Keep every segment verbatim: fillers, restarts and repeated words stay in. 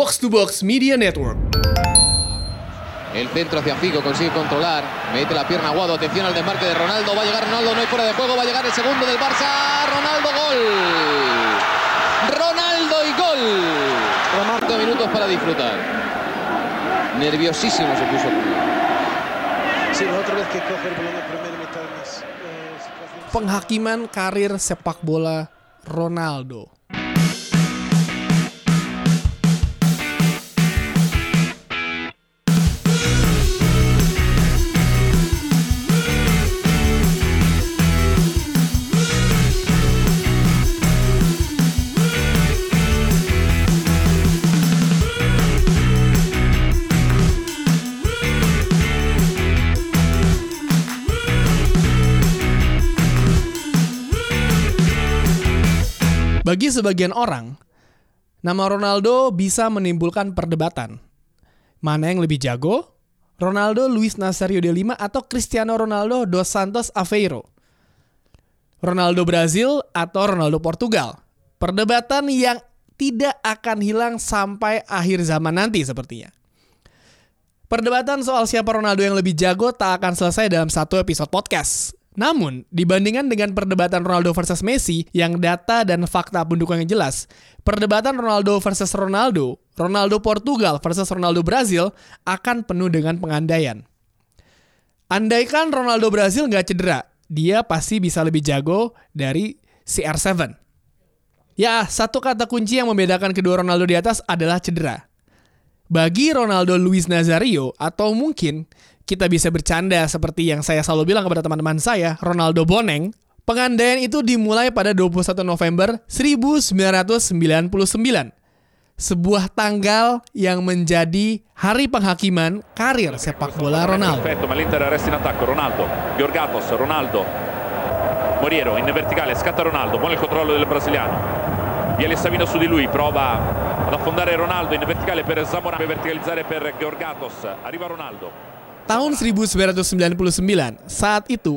Box to Box Media Network. El centro hacia Figo, consigue controlar, mete la pierna Aguado, atención al desmarque de Ronaldo, va a llegar Ronaldo, no hay fuera de juego, va a llegar el segundo del Barça, Ronaldo, gol. Ronaldo y gol. Dos minutos para disfrutar. Nerviosísimo se puso. Sí, la otra vez que coge el balón de primera mitad más. Eh, Penghakiman karir sepak bola Ronaldo. Bagi sebagian orang, nama Ronaldo bisa menimbulkan perdebatan. Mana yang lebih jago? Ronaldo Luis Nazario de Lima atau Cristiano Ronaldo dos Santos Aveiro? Ronaldo Brazil atau Ronaldo Portugal? Perdebatan yang tidak akan hilang sampai akhir zaman nanti sepertinya. Perdebatan soal siapa Ronaldo yang lebih jago tak akan selesai dalam satu episode podcast. Namun, dibandingkan dengan perdebatan Ronaldo versus Messi yang data dan fakta pendukungnya jelas, perdebatan Ronaldo versus Ronaldo, Ronaldo Portugal versus Ronaldo Brazil akan penuh dengan pengandaian. Andaikan Ronaldo Brazil nggak cedera, dia pasti bisa lebih jago dari C R tujuh. Ya, satu kata kunci yang membedakan kedua Ronaldo di atas adalah cedera. Bagi Ronaldo Luis Nazario, atau mungkin kita bisa bercanda seperti yang saya selalu bilang kepada teman-teman saya, Ronaldo Boneng, pengandaian itu dimulai pada dua puluh satu November seribu sembilan ratus sembilan puluh sembilan. Sebuah tanggal yang menjadi hari penghakiman karir sepak bola Ronaldo. Perfetto, ma l'Inter resta in attacco. Ronaldo, Georgatos, Ronaldo. Moriero in verticale, scatta Ronaldo, buon il controllo del brasiliano. Viene Savino su di lui, prova ad affondare Ronaldo in verticale per Zamora, per verticalizzare per Georgatos. Arriva Ronaldo. Tahun seribu sembilan ratus sembilan puluh sembilan, saat itu,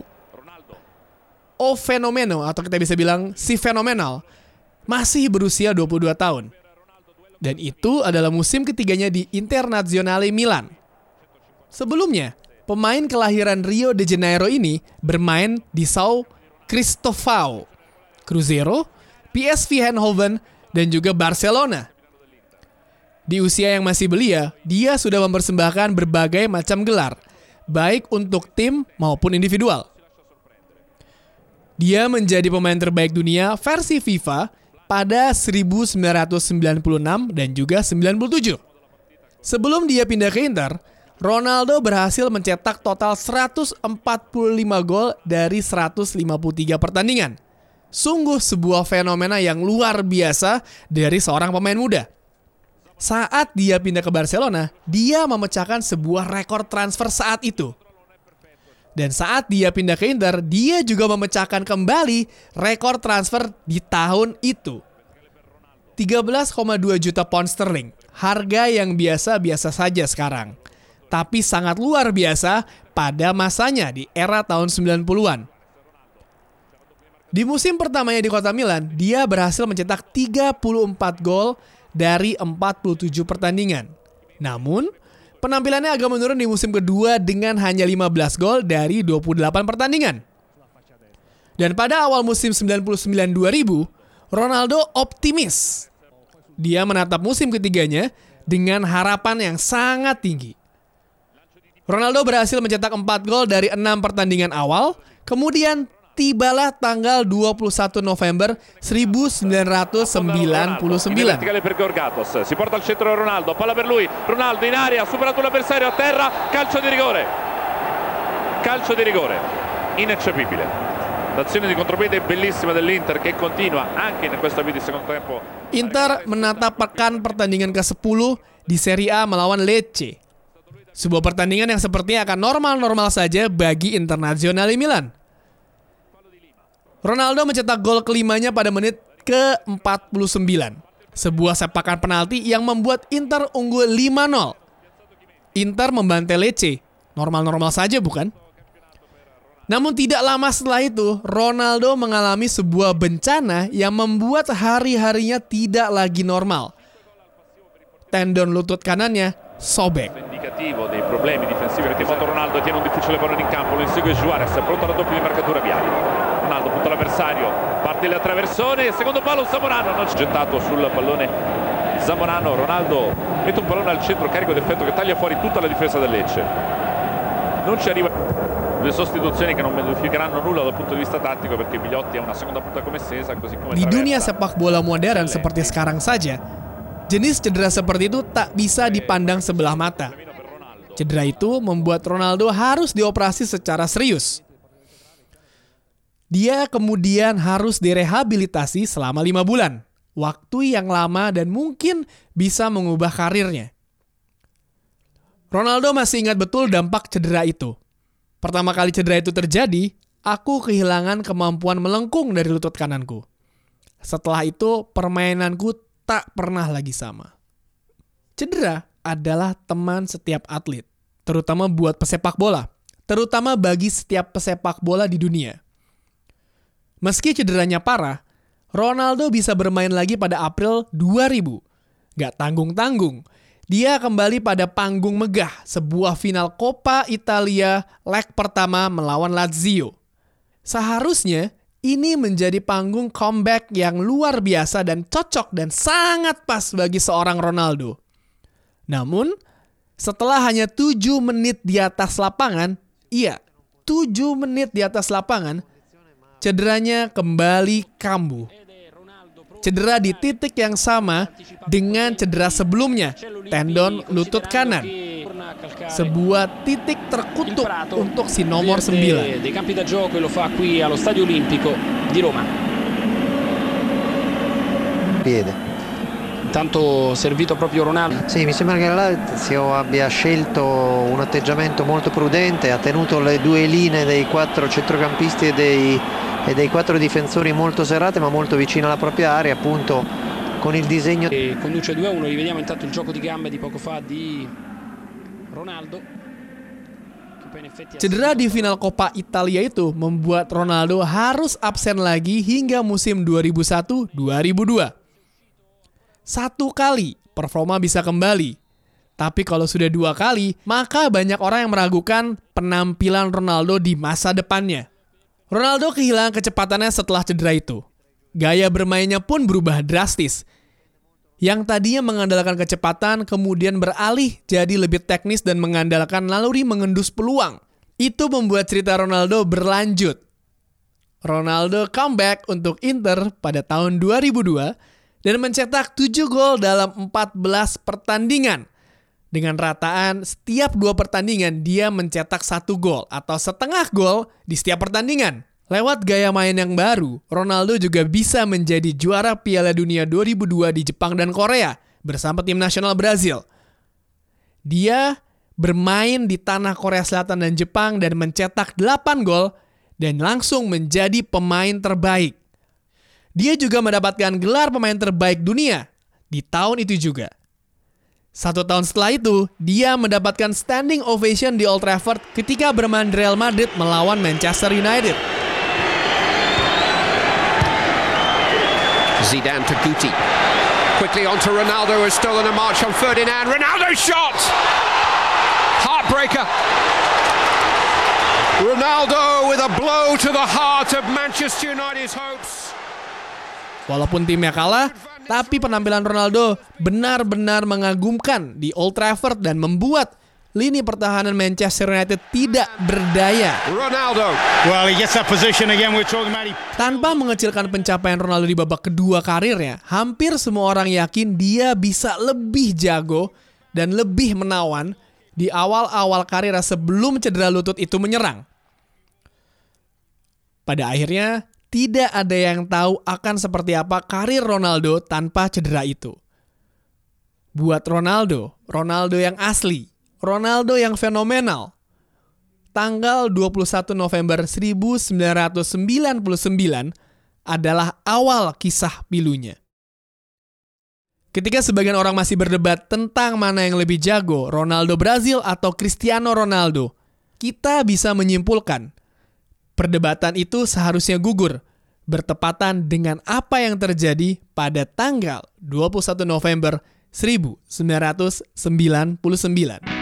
O Fenomeno atau kita bisa bilang si fenomenal masih berusia dua puluh dua tahun. Dan itu adalah musim ketiganya di Internazionale Milan. Sebelumnya, pemain kelahiran Rio de Janeiro ini bermain di São Cristóvão, Cruzeiro, P S V Eindhoven, dan juga Barcelona. Di usia yang masih belia, dia sudah mempersembahkan berbagai macam gelar, baik untuk tim maupun individual. Dia menjadi pemain terbaik dunia versi FIFA pada seribu sembilan ratus sembilan puluh enam dan juga sembilan puluh tujuh. Sebelum dia pindah ke Inter, Ronaldo berhasil mencetak total seratus empat puluh lima gol dari seratus lima puluh tiga pertandingan. Sungguh sebuah fenomena yang luar biasa dari seorang pemain muda. Saat dia pindah ke Barcelona, dia memecahkan sebuah rekor transfer saat itu. Dan saat dia pindah ke Inter, dia juga memecahkan kembali rekor transfer di tahun itu. tiga belas koma dua juta pound sterling, harga yang biasa-biasa saja sekarang. Tapi sangat luar biasa pada masanya di era tahun sembilan puluhan. Di musim pertamanya di kota Milan, dia berhasil mencetak tiga puluh empat gol dari empat puluh tujuh pertandingan. Namun, penampilannya agak menurun di musim kedua dengan hanya lima belas gol dari dua puluh delapan pertandingan. Dan pada awal musim sembilan puluh sembilan dua ribu, Ronaldo optimis. Dia menatap musim ketiganya dengan harapan yang sangat tinggi. Ronaldo berhasil mencetak empat gol dari enam pertandingan awal, kemudian tibalah tanggal dua puluh satu November seribu sembilan ratus sembilan puluh sembilan. Per Georgatos, si porta al centro Ronaldo, palla per lui, Ronaldo in area, ha superato l'avversario a terra, calcio di rigore. Calcio di rigore, ineccepibile. L'azione di contropiede bellissima dell'Inter che continua anche in questo avvio di secondo tempo. Inter menatap pekan pertandingan kesepuluh di Serie A melawan Lecce. Sebuah pertandingan yang sepertinya akan normal-normal saja bagi Internazionale Milan. Ronaldo mencetak gol kelimanya pada menit ke empat puluh sembilan. Sebuah sepakan penalti yang membuat Inter unggul lima nol. Inter membantai Lecce. Normal-normal saja bukan? Namun tidak lama setelah itu, Ronaldo mengalami sebuah bencana yang membuat hari-harinya tidak lagi normal. tendon lutut kanannya sobek. Indicativo dei problemi difensivi perché fatto Ronaldo tiene un difficile pallone in campo, lo insegue Juarez, pronto al raddoppio di marcatura Viali. Ronaldo punta l'avversario, parte il traversone, secondo palo Zamorano, non c'è gettato sul pallone Zamorano. Ronaldo mette un pallone al centro carico d'effetto che taglia fuori tutta la difesa del Lecce. Non ci arriva. Le sostituzioni che non modificheranno nulla dal punto di vista tattico perché Bigliotti ha una seconda punta come estesa così come Di dunia sepak bola modern seperti sekarang saja, jenis cedera seperti itu tak bisa dipandang sebelah mata. Cedera itu membuat Ronaldo harus dioperasi secara serius. Dia kemudian harus direhabilitasi selama lima bulan, waktu yang lama dan mungkin bisa mengubah karirnya. Ronaldo masih ingat betul dampak cedera itu. Pertama kali cedera itu terjadi, aku kehilangan kemampuan melengkung dari lutut kananku. Setelah itu, permainanku tak pernah lagi sama. Cedera adalah teman setiap atlet, terutama buat pesepak bola, terutama bagi setiap pesepak bola di dunia. Meski cederanya parah, Ronaldo bisa bermain lagi pada April dua ribu. Gak tanggung-tanggung. Dia kembali pada panggung megah sebuah final Coppa Italia leg pertama melawan Lazio. Seharusnya ini menjadi panggung comeback yang luar biasa dan cocok dan sangat pas bagi seorang Ronaldo. Namun, setelah hanya tujuh menit di atas lapangan, iya, tujuh menit di atas lapangan, cederanya kembali kambuh. Cedera di titik yang sama dengan cedera sebelumnya, tendon lutut kanan. Sebuah titik terkutuk untuk si nomor sembilan. Dei campi da gioco lo fa qui allo Stadio Olimpico di Roma. Piede. Intanto servito proprio Ronaldo. Sì, mi sembra che la Lazio abbia scelto un atteggiamento molto prudente, ha tenuto le due linee dei quattro centrocampisti e dei e dei quattro difensori molto serrate ma molto vicino alla propria area, appunto con il disegno. E conduce due a uno, rivediamo intanto il gioco di gambe di poco fa di Ronaldo. Cedera di final Coppa Italia itu membuat Ronaldo harus absen lagi hingga musim dua ribu satu dua ribu dua. Satu kali performa bisa kembali, tapi kalau sudah dua kali, maka banyak orang yang meragukan penampilan Ronaldo di masa depannya. Ronaldo kehilangan kecepatannya setelah cedera itu. Gaya bermainnya pun berubah drastis. Yang tadinya mengandalkan kecepatan kemudian beralih jadi lebih teknis dan mengandalkan naluri mengendus peluang. Itu membuat cerita Ronaldo berlanjut. Ronaldo comeback untuk Inter pada tahun dua ribu dua dan mencetak tujuh gol dalam empat belas pertandingan. Dengan rataan setiap dua pertandingan dia mencetak satu gol atau setengah gol di setiap pertandingan. Lewat gaya main yang baru, Ronaldo juga bisa menjadi juara Piala Dunia dua ribu dua di Jepang dan Korea bersama tim nasional Brazil. Dia bermain di tanah Korea Selatan dan Jepang dan mencetak delapan gol dan langsung menjadi pemain terbaik. Dia juga mendapatkan gelar pemain terbaik dunia di tahun itu juga. Satu tahun setelah itu, dia mendapatkan standing ovation di Old Trafford ketika bermain Real Madrid melawan Manchester United. Zidane to Guti. Quickly on to Ronaldo, who has stolen a march on Ferdinand. Ronaldo shot! Heartbreaker. Ronaldo with a blow to the heart of Manchester United's hopes. Walaupun timnya kalah, tapi penampilan Ronaldo benar-benar mengagumkan di Old Trafford dan membuat lini pertahanan Manchester United tidak berdaya. Ronaldo. Well, he gets that position again. We're talking about it. Tanpa mengecilkan pencapaian Ronaldo di babak kedua karirnya, hampir semua orang yakin dia bisa lebih jago dan lebih menawan di awal-awal karirnya sebelum cedera lutut itu menyerang. Pada akhirnya, tidak ada yang tahu akan seperti apa karir Ronaldo tanpa cedera itu. Buat Ronaldo, Ronaldo yang asli, Ronaldo yang fenomenal. Tanggal dua puluh satu November seribu sembilan ratus sembilan puluh sembilan adalah awal kisah pilunya. Ketika sebagian orang masih berdebat tentang mana yang lebih jago, Ronaldo Brazil atau Cristiano Ronaldo, kita bisa menyimpulkan perdebatan itu seharusnya gugur, bertepatan dengan apa yang terjadi pada tanggal dua puluh satu November seribu sembilan ratus sembilan puluh sembilan.